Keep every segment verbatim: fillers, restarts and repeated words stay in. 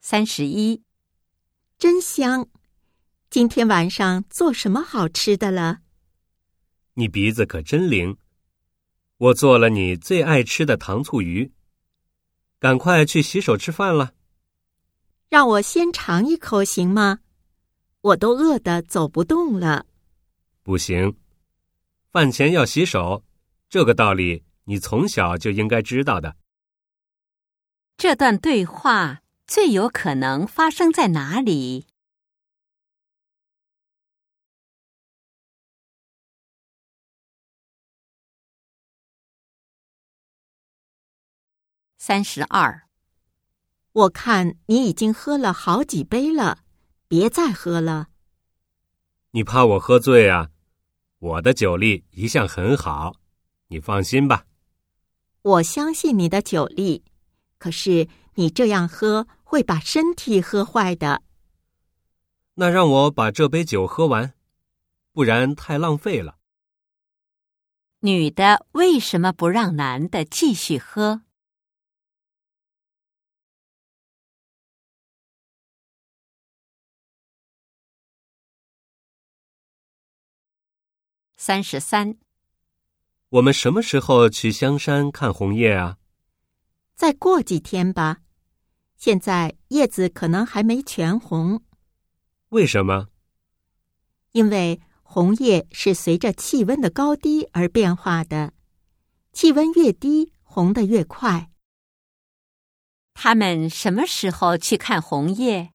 三十一， 真香！今天晚上做什么好吃的了？ 你鼻子可真灵，我做了你最爱吃的糖醋鱼。赶快去洗手吃饭了。 让我先尝一口行吗？我都饿得走不动了。 不行，饭前要洗手，这个道理你从小就应该知道的。 这段对话最有可能发生在哪里？三十二， 我看你已经喝了好几杯了，别再喝了。 你怕我喝醉啊？我的酒力一向很好，你放心吧。 我相信你的酒力，可是你这样喝会把身体喝坏的。 那让我把这杯酒喝完，不然太浪费了。 女的为什么不让男的继续喝？三十三， 我们什么时候去香山看红叶啊？ 再过几天吧，现在叶子可能还没全红。 为什么？ 因为红叶是随着气温的高低而变化的，气温越低，红得越快。 他们什么时候去看红叶？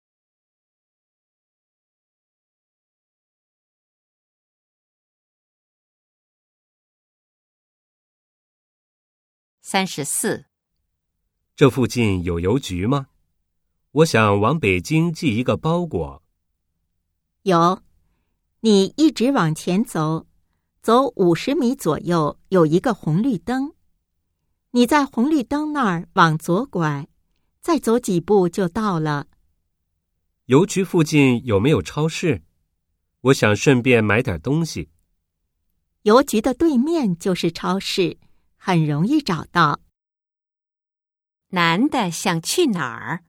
三十四， 这附近有邮局吗？我想往北京寄一个包裹。 有，你一直往前走，走五十米左右有一个红绿灯。你在红绿灯那儿往左拐，再走几步就到了。 邮局附近有没有超市？我想顺便买点东西。 邮局的对面就是超市，很容易找到。 男的想去哪儿？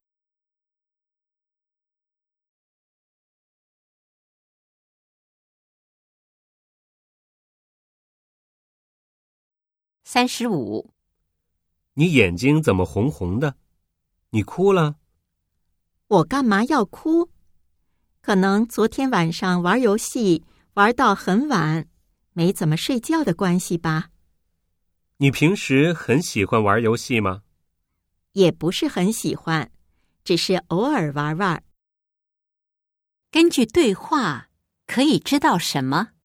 三十五， 你眼睛怎么红红的？你哭了？ 我干嘛要哭？可能昨天晚上玩游戏玩到很晚，没怎么睡觉的关系吧。 你平时很喜欢玩游戏吗？ 也不是很喜欢，只是偶尔玩玩。 根据对话，可以知道什么？